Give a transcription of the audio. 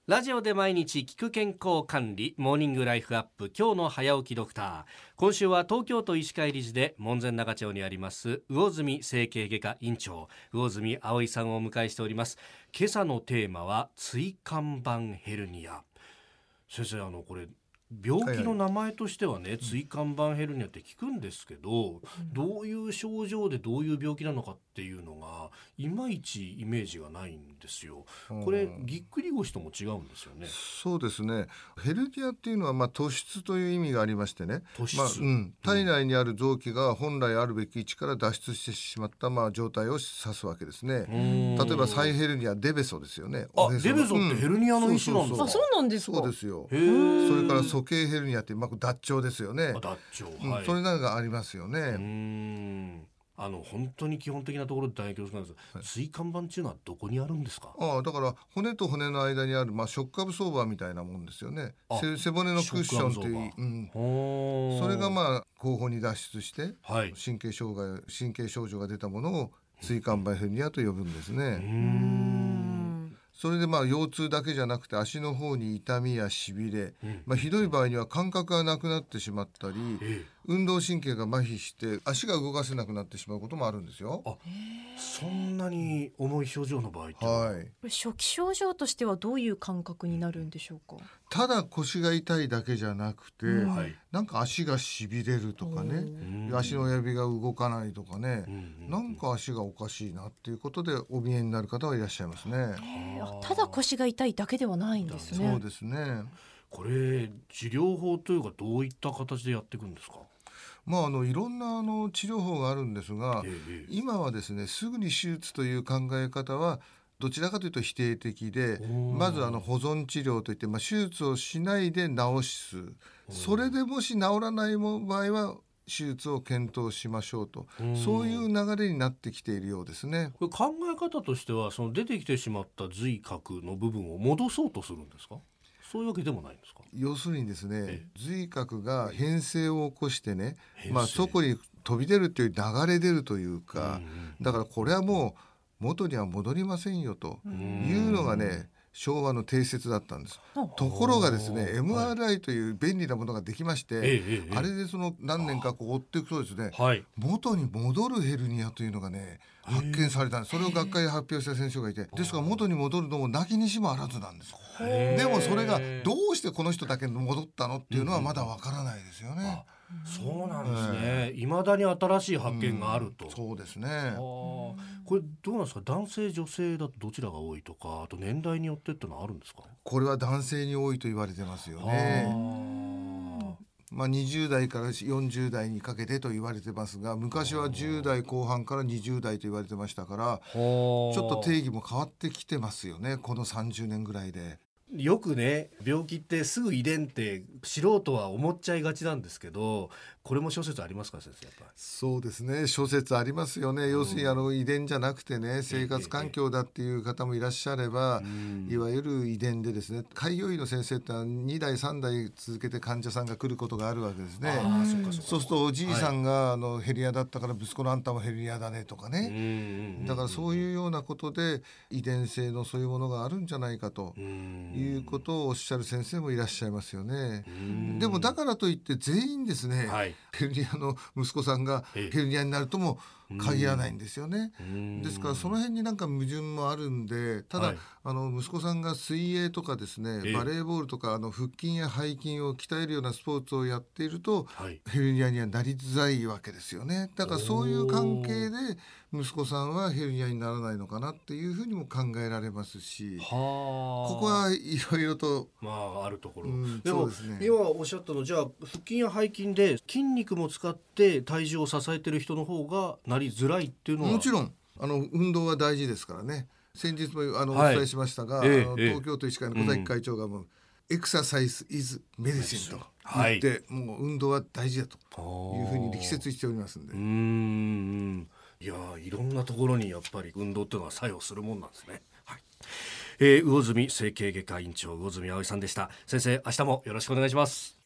ラジオで毎日聞く健康管理モーニングライフアップ、今日の早起きドクター。今週は東京都医師会理事で門前仲町にあります魚住整形外科院長魚住葵さんをお迎えしております。今朝のテーマは椎間板ヘルニア。先生、これ病気の名前としてはね、椎間板ヘルニアって聞くんですけど、どういう症状でどういう病気なのかっていうのがいまいちイメージがないんですよ。これぎっくり腰とも違うんですよね。 そうですね。ヘルニアっていうのは、突出という意味がありましてね、 突出、 体内にある臓器が本来あるべき位置から脱出してしまった、状態を指すわけですね。例えばサイヘルニア、デベソですよね。 デベソってヘルニアの一種なんですか？ そうなんですか。 そうですよ。 へー。 それから鼠径ヘルニアって、脱腸ですよね。 脱腸、はい。 それなどがありますよね。 本当に基本的なところで大変恐縮なんですが、椎間板っていうのはどこにあるんですか？ だから骨と骨の間にある、ショックアブソーバーみたいなもんですよね。背骨のクッションという、それが後方に脱出して、神経症状が出たものを椎間板ヘルニアと呼ぶんですね。それで腰痛だけじゃなくて足の方に痛みやしびれ、ひどい場合には感覚がなくなってしまったり、運動神経が麻痺して足が動かせなくなってしまうこともあるんですよ。 そんなに重い症状の場合って、 初期症状としてはどういう感覚になるんでしょうか？ ただ腰が痛いだけじゃなくて、なんか足がしびれるとかね、足の親指が動かないとかね、なんか足がおかしいなっていうことでお見えになる方はいらっしゃいますね。 ただ腰が痛いだけではないんですね。 そうですね。 これ治療法というかどういった形でやっていくんですか？ いろんな治療法があるんですが、今はですね、すぐに手術という考え方はどちらかというと否定的で、まず保存治療といって、手術をしないで治す。それでもし治らない場合は手術を検討しましょうと、そういう流れになってきているようですね。 これ考え方としては、その出てきてしまった髄核の部分を戻そうとするんですか？そういうわけでもないんですか？ 要するにですね、髄核が変性を起こしてね、そこに飛び出るという流れ出るというか、だからこれはもう元には戻りませんよというのがね、昭和の定説だったんです。ところがですね、MRI という便利なものができまして、あれでその何年か追っていくとですね、元に戻るヘルニアというのがね発見されたんです。それを学会で発表した先生がいて、ですから元に戻るのもなきにしもあらずなんです。でもそれがどうしてこの人だけ戻ったのっていうのはまだわからないですよね。 そうなんですね。未だに新しい発見があると。 そうですね。 これどうなんですか？男性女性だとどちらが多いとか、あと年代によってってのはあるんですか？ これは男性に多いと言われてますよね。20代から40代にかけてと言われてますが、昔は10代後半から20代と言われてましたから、ちょっと定義も変わってきてますよね、この30年ぐらいで。 よくね、病気ってすぐ遺伝って素人は思っちゃいがちなんですけど、これも諸説ありますか先生？やっぱりそうですね、諸説ありますよね。要するに遺伝じゃなくてね、生活環境だっていう方もいらっしゃれば、いわゆる遺伝でですね、開業医の先生ってのは2代3代続けて患者さんが来ることがあるわけですね。そうするとおじいさんがヘルニアだったから息子のあんたもヘルニアだねとかね、だからそういうようなことで遺伝性のそういうものがあるんじゃないかということをおっしゃる先生もいらっしゃいますよね。でもだからといって全員ですね、ヘルニアの息子さんがヘルニアになるとも限らないんですよね。ですからその辺になんか矛盾もあるんで、ただ、息子さんが水泳とかですね、バレーボールとか腹筋や背筋を鍛えるようなスポーツをやっていると、ヘルニアにはなりづらいわけですよね。だからそういう関係で息子さんはヘルニアにならないのかなっていうふうにも考えられますし、ここはいろいろとあるところ、 でもそうですね、 今おっしゃったの、じゃあ腹筋や背筋で筋肉も使って体重を支えている人の方がなりづらいっていうのは、 もちろん運動は大事ですからね。先日もお伝えしましたが、東京都医師会の小崎会長がもう、エクササイズ・イズ・メディシンと言って、もう運動は大事だというふうに力説しておりますんで。 いや、いろんなところにやっぱり運動っていうのは作用するもんなんですね。魚住整形外科院長魚住葵さんでした。先生、明日もよろしくお願いします。